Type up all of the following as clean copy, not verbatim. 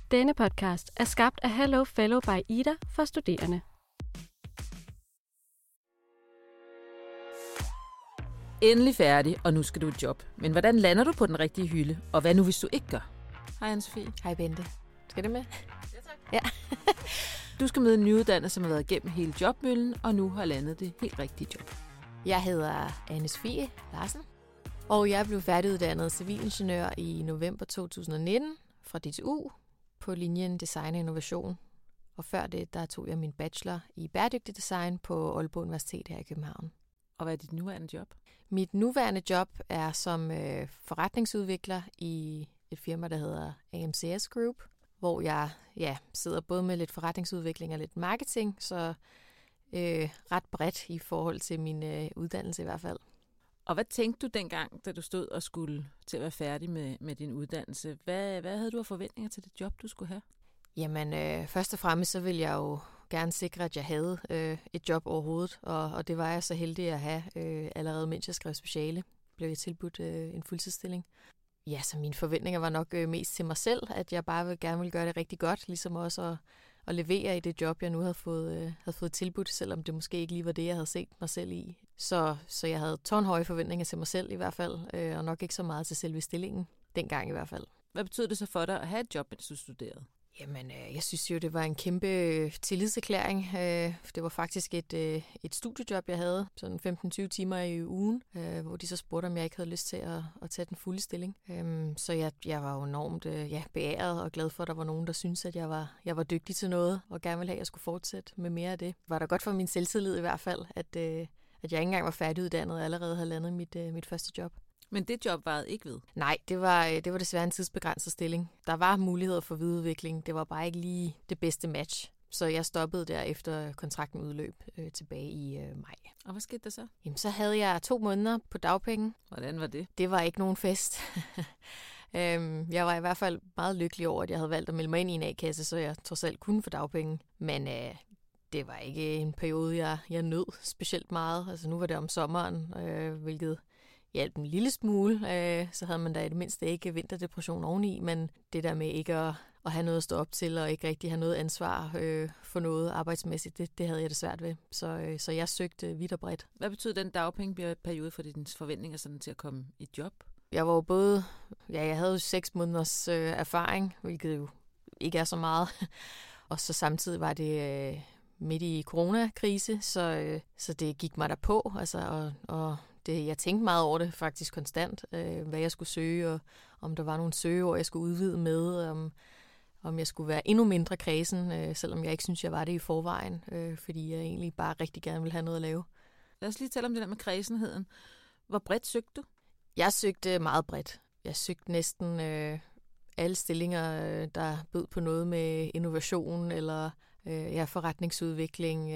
Denne podcast er skabt af Hello Fellow by Ida for studerende. Endelig færdig, og nu skal du i job. Men hvordan lander du på den rigtige hylde? Og hvad nu, hvis du ikke gør? Hej Anne-Sophie. Hej Bente. Skal det med? Ja, tak. Ja. Du skal møde en nyuddannet, som har været igennem hele jobmøllen, og nu har landet det helt rigtige job. Jeg hedder Anne-Sophie Larsen, og jeg blev færdiguddannet civilingeniør i november 2019 fra DTU på linjen Design og Innovation. Og før det, der tog jeg min bachelor i bæredygtig design på Aalborg Universitet her i København. Og hvad er dit nuværende job? Mit nuværende job er som forretningsudvikler i et firma, der hedder AMCS Group, hvor jeg sidder både med lidt forretningsudvikling og lidt marketing, så ret bredt i forhold til min uddannelse i hvert fald. Og hvad tænkte du dengang, da du stod og skulle til at være færdig med din uddannelse? Hvad havde du af forventninger til det job, du skulle have? Jamen, først og fremmest så ville jeg jo gerne sikre, at jeg havde et job overhovedet, og det var jeg så heldig at have allerede, mens jeg skrev speciale. Blev jeg tilbudt en fuldtidsstilling. Ja, så mine forventninger var nok mest til mig selv, at jeg bare gerne ville gøre det rigtig godt, ligesom også at levere i det job, jeg nu havde fået tilbudt, selvom det måske ikke lige var det, jeg havde set mig selv i. Så jeg havde tårnhøje forventninger til mig selv i hvert fald, og nok ikke så meget til selve stillingen, dengang i hvert fald. Hvad betød det så for dig at have et job, mens du studerede? Jamen, jeg synes jo, det var en kæmpe tillidserklæring. Det var faktisk et studiejob, jeg havde, sådan 15-20 timer i ugen, hvor de så spurgte, om jeg ikke havde lyst til at tage den fulde stilling. Så jeg var jo enormt beæret og glad for, at der var nogen, der syntes, at jeg var dygtig til noget, og gerne ville have, at jeg skulle fortsætte med mere af det. Var der godt for min selvtillid i hvert fald, at jeg ikke engang var færdiguddannet og allerede havde landet mit første job. Men det job varede ikke ved? Nej, det var desværre en tidsbegrænset stilling. Der var muligheder for videreudvikling. Det var bare ikke lige det bedste match. Så jeg stoppede der efter kontrakten udløb tilbage i maj. Og hvad skete der så? Jamen, så havde jeg 2 måneder på dagpenge. Hvordan var det? Det var ikke nogen fest. Jeg var i hvert fald meget lykkelig over, at jeg havde valgt at melde mig ind i en A-kasse, så jeg trods alt kunne få dagpenge. Men det var ikke en periode, jeg nød specielt meget. Altså nu var det om sommeren, hvilket hjalp en lille smule, så havde man da i det mindste ikke vinterdepression oveni, men det der med ikke at have noget at stå op til, og ikke rigtig have noget ansvar for noget arbejdsmæssigt, det havde jeg det svært ved. Så jeg søgte vidt og bredt. Hvad betød den dagpengeperiode for dine forventninger sådan til at komme i job? Jeg var jo jeg havde jo 6 måneders erfaring, hvilket jo ikke er så meget, og så samtidig var det midt i coronakrise, så det gik mig derpå, altså, og jeg tænkte meget over det faktisk konstant, hvad jeg skulle søge, og om der var nogle søgeord, jeg skulle udvide med, om jeg skulle være endnu mindre kredsen, selvom jeg ikke synes, jeg var det i forvejen, fordi jeg egentlig bare rigtig gerne ville have noget at lave. Lad os lige tale om det der med kredsenheden. Hvor bredt søgte du? Jeg søgte meget bredt. Jeg søgte næsten alle stillinger, der bød på noget med innovation eller forretningsudvikling,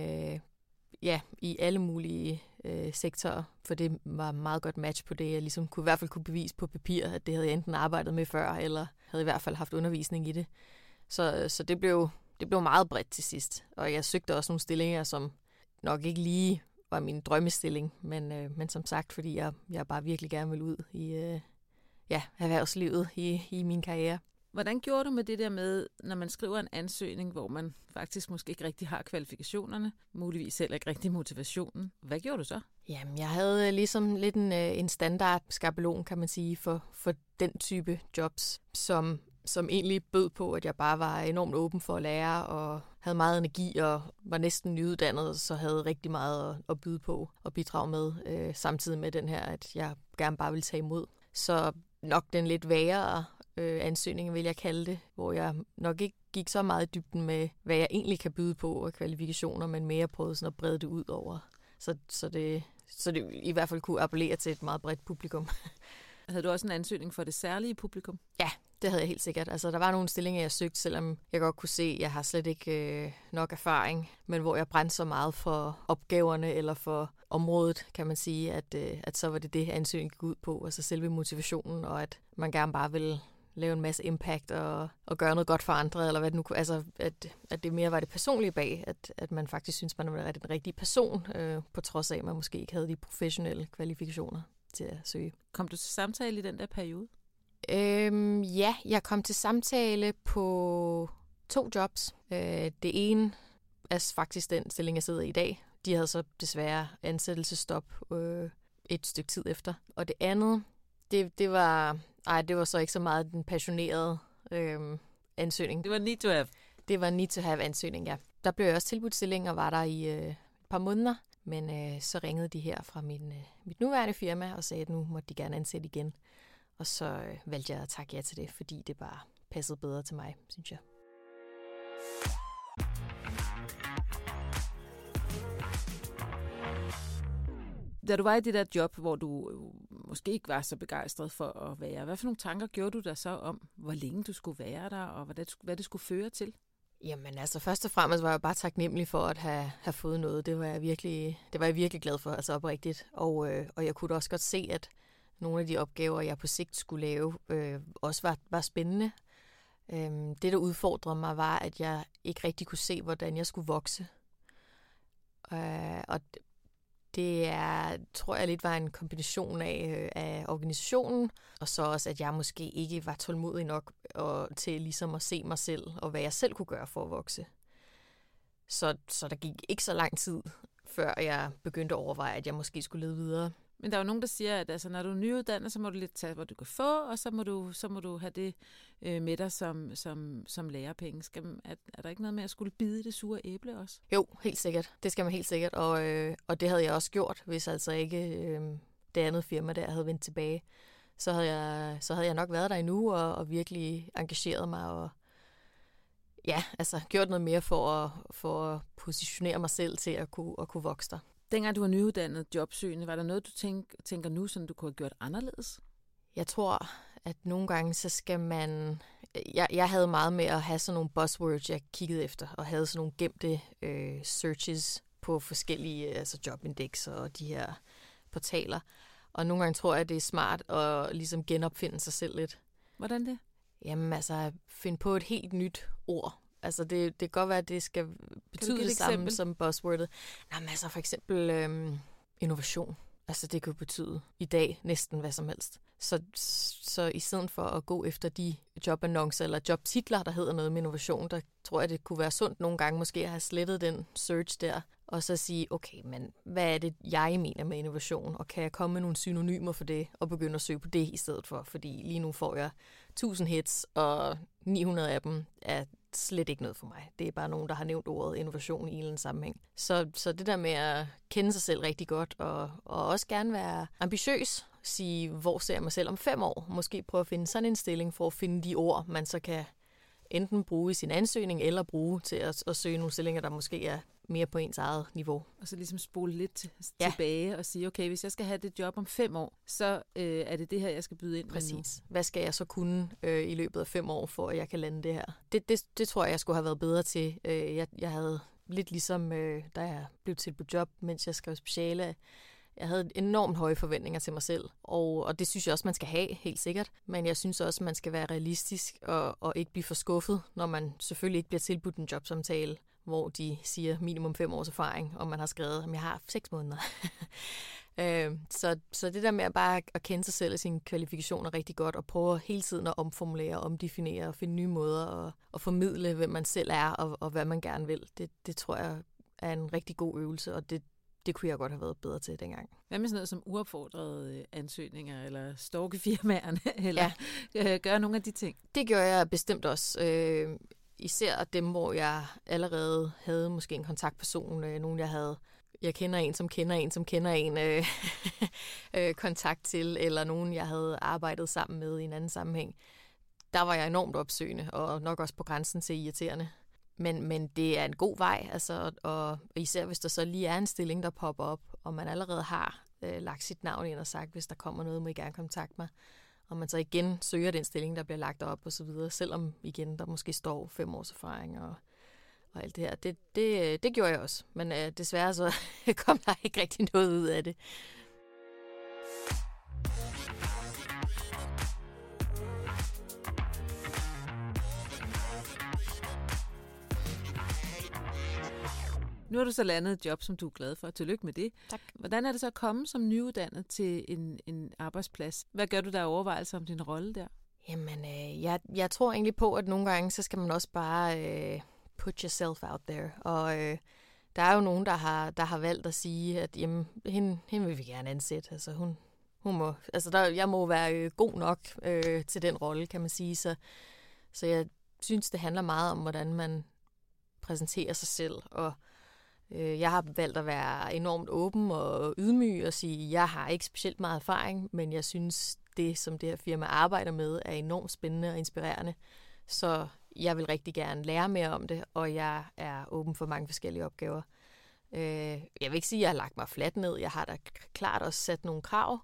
i alle mulige sektorer, for det var meget godt match på det. Jeg ligesom i hvert fald kunne bevise på papir, at det havde jeg enten arbejdet med før, eller havde i hvert fald haft undervisning i det. Så det blev meget bredt til sidst. Og jeg søgte også nogle stillinger, som nok ikke lige var min drømmestilling, men som sagt, fordi jeg bare virkelig gerne vil ud i erhvervslivet i min karriere. Hvordan gjorde du med det der med, når man skriver en ansøgning, hvor man faktisk måske ikke rigtig har kvalifikationerne, muligvis heller ikke rigtig motivationen? Hvad gjorde du så? Jamen, jeg havde ligesom lidt en standard skabelon, kan man sige, for den type jobs, som egentlig bød på, at jeg bare var enormt åben for at lære, og havde meget energi, og var næsten nyuddannet, så havde rigtig meget at byde på og bidrage med, samtidig med den her, at jeg gerne bare ville tage imod. Så nok den lidt værre ansøgning, vil jeg kalde det, hvor jeg nok ikke gik så meget i dybden med, hvad jeg egentlig kan byde på af kvalifikationer, men mere prøvede sådan at brede det ud over, så det i hvert fald kunne appellere til et meget bredt publikum. Havde du også en ansøgning for det særlige publikum? Ja, det havde jeg helt sikkert. Altså, der var nogle stillinger, jeg søgte, selvom jeg godt kunne se, at jeg har slet ikke nok erfaring, men hvor jeg brændte så meget for opgaverne eller for området, kan man sige, at så var det ansøgningen gik ud på, altså selve motivationen, og at man gerne bare ville lave en masse impact og gøre noget godt for andre, eller hvad det nu kunne. Altså, at det mere var det personlige bag, at man faktisk synes, man var den rigtige person, på trods af, at man måske ikke havde de professionelle kvalifikationer til at søge. Kom du til samtale i den der periode? Ja, jeg kom til samtale på 2 jobs. Det ene er faktisk den stilling, jeg sidder i dag. De havde så desværre ansættelsesstop et stykke tid efter. Og det andet, det var så ikke så meget den passionerede ansøgning. Det var need to have. Det var need to have ansøgning, ja. Der blev jeg også tilbudt stilling og var der i et par måneder. Men så ringede de her fra mit nuværende firma og sagde, at nu måtte de gerne ansætte igen. Og så valgte jeg at takke ja til det, fordi det bare passede bedre til mig, synes jeg. Da du var i det der job, hvor du måske ikke var så begejstret for at være, hvad for nogle tanker gjorde du der så om, hvor længe du skulle være der, og hvad det skulle føre til? Jamen altså, først og fremmest var jeg bare taknemmelig for at have fået noget. Det var jeg virkelig glad for, altså oprigtigt. Og jeg kunne da også godt se, at nogle af de opgaver, jeg på sigt skulle lave, også var spændende. Det, der udfordrede mig, var, at jeg ikke rigtig kunne se, hvordan jeg skulle vokse. Og det tror jeg lidt var en kombination af organisationen, og så også, at jeg måske ikke var tålmodig nok til ligesom at se mig selv, og hvad jeg selv kunne gøre for at vokse. Så der gik ikke så lang tid, før jeg begyndte at overveje, at jeg måske skulle lede videre. Men der er jo nogen, der siger, at altså, når du er nyuddannet, så må du lidt tage, hvad du kan få, og så må du have det med dig som lærepenge. Er der ikke noget med at skulle bide det sure æble også? Jo, helt sikkert. Det skal man helt sikkert, og det havde jeg også gjort, hvis altså ikke det andet firma der havde vendt tilbage. Så havde jeg nok været der endnu og virkelig engageret mig og ja, altså gjort noget mere for at positionere mig selv til at kunne vokse der. Dengang du var nyuddannet jobsøgende, var der noget, du tænker nu, som du kunne have gjort anderledes? Jeg tror, at nogle gange, så skal man... Jeg havde meget med at have sådan nogle buzzwords, jeg kiggede efter, og havde sådan nogle gemte searches på forskellige jobindex og de her portaler. Og nogle gange tror jeg, at det er smart at ligesom genopfinde sig selv lidt. Hvordan det? Jamen altså, finde på et helt nyt ord. Altså, det kan godt være, at det skal betyde det samme som buzzwordet. Nej, men altså for eksempel innovation. Altså, det kan jo betyde i dag næsten hvad som helst. Så i stedet for at gå efter de jobannoncer eller jobtitler, der hedder noget med innovation, der tror jeg, det kunne være sundt nogle gange måske at have slettet den search der, og så sige, okay, men hvad er det, jeg mener med innovation, og kan jeg komme med nogle synonymer for det, og begynde at søge på det i stedet for, fordi lige nu får jeg 1000 hits, og 900 af dem er slet ikke noget for mig. Det er bare nogen, der har nævnt ordet innovation i en eller anden sammenhæng. Så det der med at kende sig selv rigtig godt, og også gerne være ambitiøs, sige, hvor ser jeg mig selv om 5 år? Måske prøve at finde sådan en stilling for at finde de ord, man så kan enten bruge i sin ansøgning, eller bruge til at søge nogle stillinger, der måske er mere på ens eget niveau. Og så ligesom spole lidt tilbage og sige, okay, hvis jeg skal have det job om 5 år, så er det her, jeg skal byde ind med nu. Præcis. Hvad skal jeg så kunne i løbet af 5 år, for at jeg kan lande det her? Det tror jeg skulle have været bedre til. Jeg havde lidt ligesom, da jeg blev tilbudt job, mens jeg skrev speciale, jeg havde enormt høje forventninger til mig selv, og det synes jeg også, man skal have, helt sikkert. Men jeg synes også, man skal være realistisk og ikke blive for skuffet, når man selvfølgelig ikke bliver tilbudt en jobsamtale, hvor de siger minimum 5 års erfaring, og man har skrevet, at jeg har 6 måneder. Så det der med at bare at kende sig selv og sine kvalifikationer rigtig godt, og prøve hele tiden at omformulere, omdefinere og finde nye måder at formidle, hvem man selv er og hvad man gerne vil, det tror jeg er en rigtig god øvelse, og det kunne jeg godt have været bedre til dengang. Hvad med sådan noget som uopfordrede ansøgninger, eller stalkefirmaerne, eller gøre nogle af de ting? Det gjorde jeg bestemt også. Især dem, hvor jeg allerede havde måske en kontaktperson, nogen jeg kender en, som kender en, som kender en kontakt til, eller nogen, jeg havde arbejdet sammen med i en anden sammenhæng. Der var jeg enormt opsøgende, og nok også på grænsen til irriterende. Men det er en god vej, altså, og især hvis der så lige er en stilling, der popper op, og man allerede har lagt sit navn ind og sagt, hvis der kommer noget, må I gerne kontakte mig. Og man så igen søger den stilling, der bliver lagt op og så videre, selvom igen der måske står 5 års erfaring og alt det her. Det gjorde jeg også, men desværre så kom der ikke rigtig noget ud af det. Nu har du så landet et job, som du er glad for. Tillykke med det. Tak. Hvordan er det så at komme som nyuddannet til en arbejdsplads? Hvad gør du der overvejelser om din rolle der? Jamen, jeg tror egentlig på, at nogle gange, så skal man også bare put yourself out there. Og der er jo nogen, der har valgt at sige, at jamen, hende vil vi gerne ansætte. Altså, hun må, altså jeg må være god nok til den rolle, kan man sige. Så jeg synes, det handler meget om, hvordan man præsenterer sig selv. Og jeg har valgt at være enormt åben og ydmyg og sige, at jeg har ikke specielt meget erfaring, men jeg synes, det, som det her firma arbejder med, er enormt spændende og inspirerende. Så jeg vil rigtig gerne lære mere om det, og jeg er åben for mange forskellige opgaver. Jeg vil ikke sige, at jeg har lagt mig fladt ned. Jeg har da klart også sat nogle krav,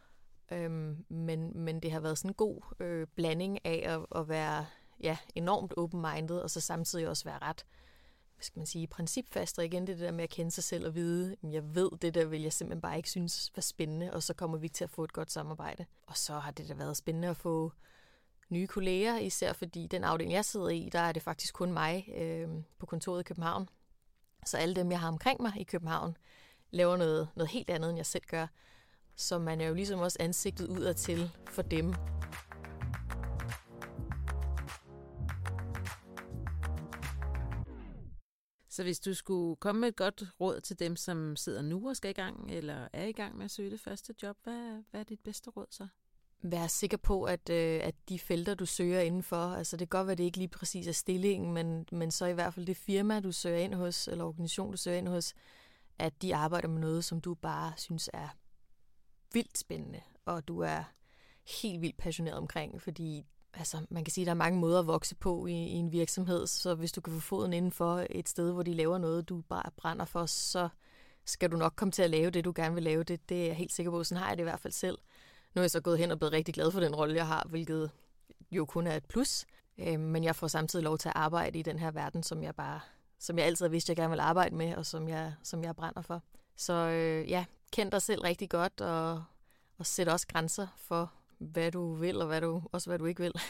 men det har været sådan en god blanding af at være enormt open-minded, og så samtidig også være ret, hvad skal man sige, principfast, og igen det der med at kende sig selv og vide, at jeg ved, det der vil jeg simpelthen bare ikke synes var spændende, og så kommer vi til at få et godt samarbejde. Og så har det da været spændende at få nye kolleger, især fordi den afdeling, jeg sidder i, der er det faktisk kun mig på kontoret i København. Så alle dem, jeg har omkring mig i København, laver noget helt andet, end jeg selv gør. Så man er jo ligesom også ansigtet udad til for dem. Så hvis du skulle komme med et godt råd til dem, som sidder nu og skal i gang, eller er i gang med at søge det første job, hvad er dit bedste råd så? Vær sikker på, at de felter, du søger indenfor, altså det kan godt være, at det ikke lige præcis er stillingen, men så i hvert fald det firma, du søger ind hos, eller organisation, du søger ind hos, at de arbejder med noget, som du bare synes er vildt spændende, og du er helt vildt passioneret omkring, fordi altså, man kan sige, at der er mange måder at vokse på i en virksomhed, så hvis du kan få foden indenfor et sted, hvor de laver noget, du bare brænder for, så skal du nok komme til at lave det, du gerne vil lave. Det er jeg helt sikker på. Sådan har jeg det i hvert fald selv. Nu er jeg så gået hen og blevet rigtig glad for den rolle, jeg har, hvilket jo kun er et plus. Men jeg får samtidig lov til at arbejde i den her verden, som jeg altid har vidst, jeg gerne vil arbejde med, og som jeg brænder for. Så kend dig selv rigtig godt, og sæt også grænser for, hvad du vil, og hvad du ikke vil.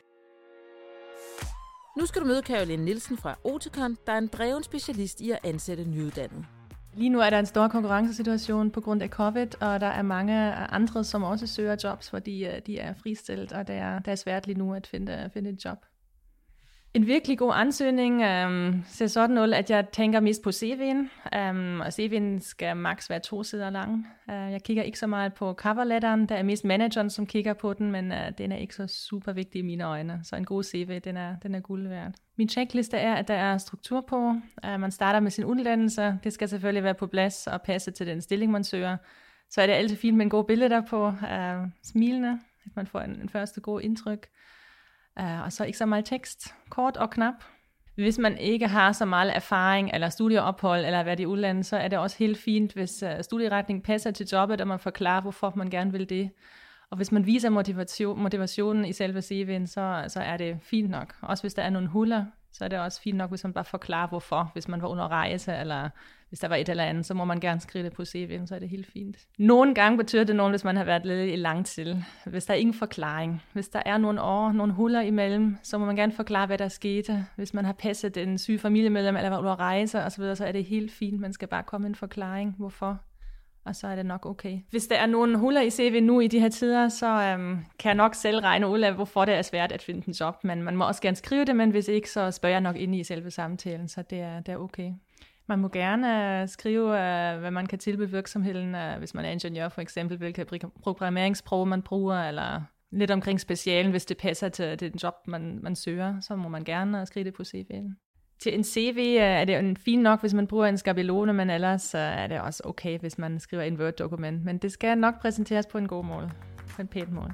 Nu skal du møde Caroline Nielsen fra Oticon, der er en dreven specialist i at ansætte nyuddannede. Lige nu er der en stor konkurrencesituation på grund af COVID, og der er mange andre, som også søger jobs, fordi de er fristillet, og det er svært lige nu at finde et job. En virkelig god ansøgning ser sådan ud, at jeg tænker mest på CV'en, og CV'en skal maks være 2 sider lang. Jeg kigger ikke så meget på coverletteren, der er mest manageren, som kigger på den, men den er ikke så super vigtig i mine øjne, så en god CV, den er guld værd. Min checkliste er, at der er struktur på. Man starter med sin uddannelse, det skal selvfølgelig være på plads og passe til den stilling, man søger. Så er det altid fint med en god billede på, smilende, at man får en første god indtryk. Og så ikke så meget tekst, kort og knap. Hvis man ikke har så meget erfaring eller studieophold eller været i udlandet, så er det også helt fint, hvis studieretning passer til jobbet, og man forklarer, hvorfor man gerne vil det. Og hvis man viser motivationen i selve CV'en, så er det fint nok. Også hvis der er nogle huller, så er det også fint nok, hvis man bare forklarer, hvorfor. Hvis man var under rejse, eller hvis der var et eller andet, så må man gerne skrive det på CV'en, så er det helt fint. Nogle gange betyder det noget, hvis man har været lidt i lang tid. Hvis der er ingen forklaring. Hvis der er nogle år, nogle huller imellem, så må man gerne forklare, hvad der skete. Hvis man har passet en syg familiemedlem, eller var under rejse osv., så er det helt fint. Man skal bare komme en forklaring, hvorfor. Og så er det nok okay. Hvis der er nogle huller i CV nu i de her tider, så kan jeg nok selv regne ud af, hvorfor det er svært at finde en job. Men man må også gerne skrive det, men hvis ikke, så spørger jeg nok ind i selve samtalen, så det er okay. Man må gerne skrive, hvad man kan tilbyde virksomheden, hvis man er ingeniør for eksempel, hvilke programmeringssprog man bruger, eller lidt omkring specialen, hvis det passer til den job, man søger, så må man gerne skrive det på CV'en. Til en CV er det fint nok, hvis man bruger en skabelone, men ellers er det også okay, hvis man skriver en Word-dokument. Men det skal nok præsenteres på en god måde, på en pæn måde.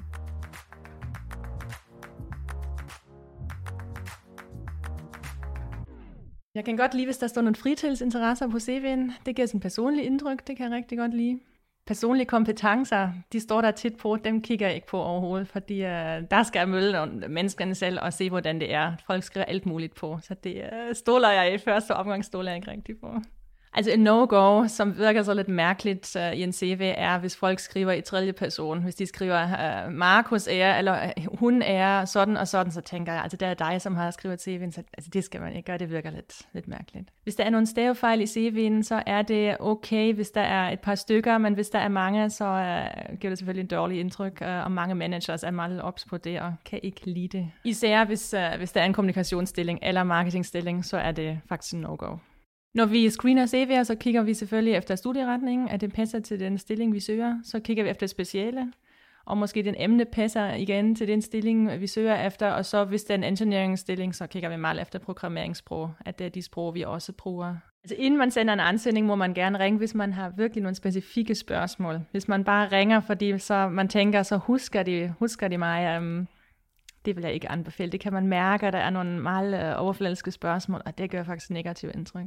Jeg kan godt lide, hvis der står nogle fritidsinteresser på CV'en. Det giver sådan en personlig indtryk, det kan jeg rigtig godt lide. Personlige kompetencer, de står der tit på, dem kigger jeg ikke på overhovedet, fordi der skal jeg møde menneskerne selv og se, hvordan det er. Folk skriver alt muligt på, så det stoler jeg i første omgang, stoler jeg ikke rigtig på. Altså en no-go, som virker så lidt mærkeligt i en CV, er, hvis folk skriver i tredje person. Hvis de skriver, Markus er, eller hun er, sådan og sådan, så tænker jeg, altså det er dig, som har skrevet CV'en, så altså, det skal man ikke gøre, det virker lidt mærkeligt. Hvis der er nogle stavefejl i CV'en, så er det okay, hvis der er et par stykker, men hvis der er mange, så giver det selvfølgelig en dårlig indtryk, og mange managers er meget ops på det, og kan ikke lide det. Især hvis der er en kommunikationsstilling eller marketingstilling, så er det faktisk en no-go. Når vi screener CV'er, så kigger vi selvfølgelig efter studieretningen, at det passer til den stilling, vi søger. Så kigger vi efter speciale, og måske den emne passer igen til den stilling, vi søger efter. Og så hvis det er en engineering-stilling, så kigger vi meget efter programmeringssprog, at det er de sprog, vi også bruger. Altså inden man sender en ansøgning, må man gerne ringe, hvis man har virkelig nogle specifikke spørgsmål. Hvis man bare ringer, fordi så man tænker, så husker de mig. Det vil jeg ikke anbefale. Det kan man mærke, at der er nogle meget overfladiske spørgsmål, og det gør faktisk negativt indtryk.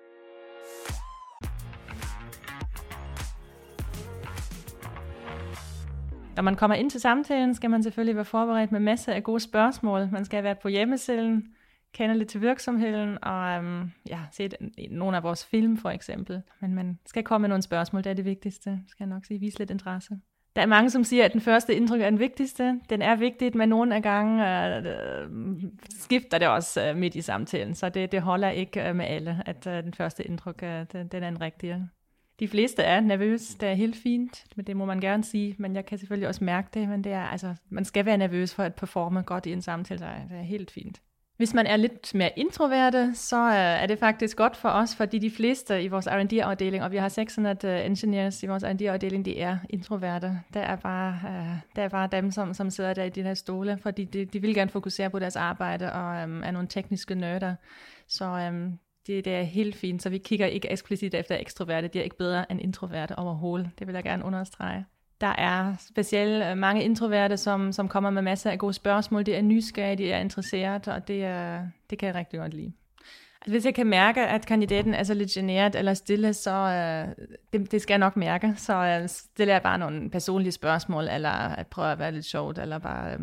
Når man kommer ind til samtalen, skal man selvfølgelig være forberedt med masser af gode spørgsmål. Man skal have været på hjemmesiden, kende lidt til virksomheden og set nogle af vores film for eksempel. Men man skal komme med nogle spørgsmål, det er det vigtigste. Skal jeg nok sige, vise lidt interesse. Der er mange, som siger, at den første indtryk er den vigtigste. Den er vigtigt, men nogle af gange skifter det også midt i samtalen. Så det holder ikke med alle, at den første indtryk den er en rigtigere. De fleste er nervøse, det er helt fint, men det må man gerne sige, men jeg kan selvfølgelig også mærke det, men det er, altså, man skal være nervøs for at performe godt i en samtale, det er helt fint. Hvis man er lidt mere introverte, så er det faktisk godt for os, fordi de fleste i vores R&D-afdeling, og vi har 600 engineers i vores R&D-afdeling, de er introverte. Der er bare dem, som sidder der i de her stole, fordi de vil gerne fokusere på deres arbejde og er nogle tekniske nørder. Så det er helt fint, så vi kigger ikke eksplicit efter ekstroverte. De er ikke bedre end introverte overhovedet. Det vil jeg gerne understrege. Der er specielt mange introverte, som kommer med masser af gode spørgsmål. De er nysgerrige, de er interesseret, og det kan jeg rigtig godt lide. Altså, hvis jeg kan mærke, at kandidaten er så lidt generet eller stille, så det skal jeg nok mærke. Så stiller jeg bare nogle personlige spørgsmål, eller at prøve at være lidt sjovt, eller bare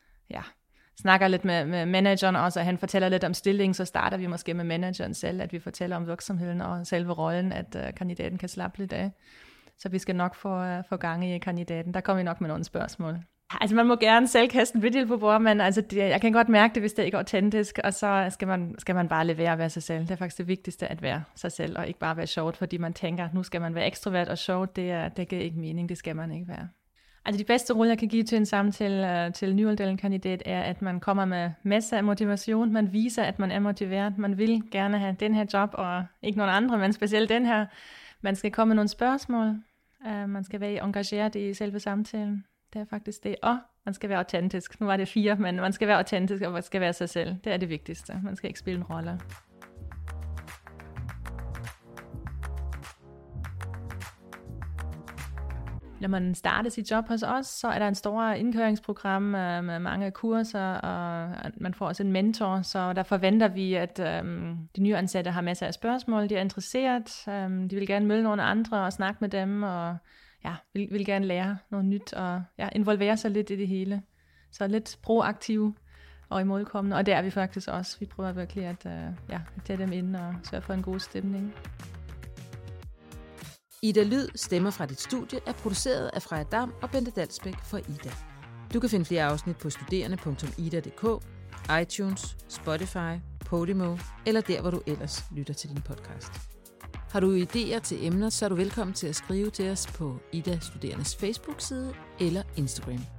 snakker lidt med manageren også, og han fortæller lidt om stillingen, så starter vi måske med manageren selv, at vi fortæller om virksomheden og selve rollen, at kandidaten kan slappe lidt af. Så vi skal nok få gang i kandidaten. Der kommer vi nok med nogle spørgsmål. Altså man må gerne selv kaste en video på bordet, men altså, jeg kan godt mærke det, hvis det ikke er autentisk, og så skal man bare lade være sig selv. Det er faktisk det vigtigste at være sig selv, og ikke bare være sjovt, fordi man tænker, at nu skal man være ekstrovert og sjovt. Det giver ikke mening, det skal man ikke være. Altså de bedste råd, jeg kan give til en samtale til nyuddannet kandidat, er, at man kommer med masser af motivation. Man viser, at man er motiveret. Man vil gerne have den her job, og ikke nogen andre, men specielt den her. Man skal komme med nogle spørgsmål. Man skal være engageret i selve samtalen. Det er faktisk det. Og man skal være autentisk. Nu var det 4, men man skal være autentisk, og man skal være sig selv. Det er det vigtigste. Man skal ikke spille en rolle. Når man starter sit job hos os, så er der en stor indkøringsprogram med mange kurser, og man får også en mentor, så der forventer vi, at de nye ansatte har masser af spørgsmål, de er interesseret, de vil gerne møde nogle andre og snakke med dem, og vil gerne lære noget nyt, og involvere sig lidt i det hele. Så lidt proaktiv og imodkommende, og det er vi faktisk også. Vi prøver virkelig at tage dem ind og sørge for en god stemning. Ida Lyd, Stemmer fra dit studie, er produceret af Freja Dam og Bente Dalsbæk for Ida. Du kan finde flere afsnit på studerende.ida.dk, iTunes, Spotify, Podimo eller der, hvor du ellers lytter til din podcast. Har du idéer til emner, så er du velkommen til at skrive til os på Ida Studerendes Facebook-side eller Instagram.